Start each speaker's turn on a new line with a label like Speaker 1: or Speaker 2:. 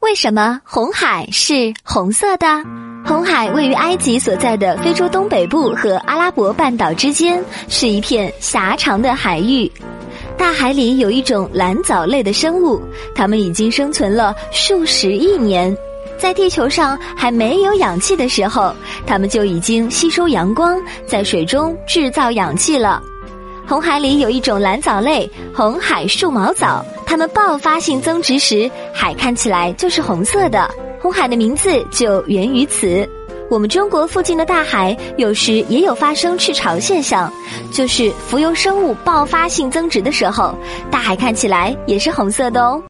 Speaker 1: 为什么红海是红色的？红海位于埃及所在的非洲东北部和阿拉伯半岛之间，是一片狭长的海域。大海里有一种蓝藻类的生物，它们已经生存了数十亿年。在地球上还没有氧气的时候，它们就已经吸收阳光，在水中制造氧气了。红海里有一种蓝藻类，红海树毛藻，它们爆发性增殖时，海看起来就是红色的。红海的名字就源于此。我们中国附近的大海有时也有发生赤潮现象，就是浮游生物爆发性增殖的时候，大海看起来也是红色的哦。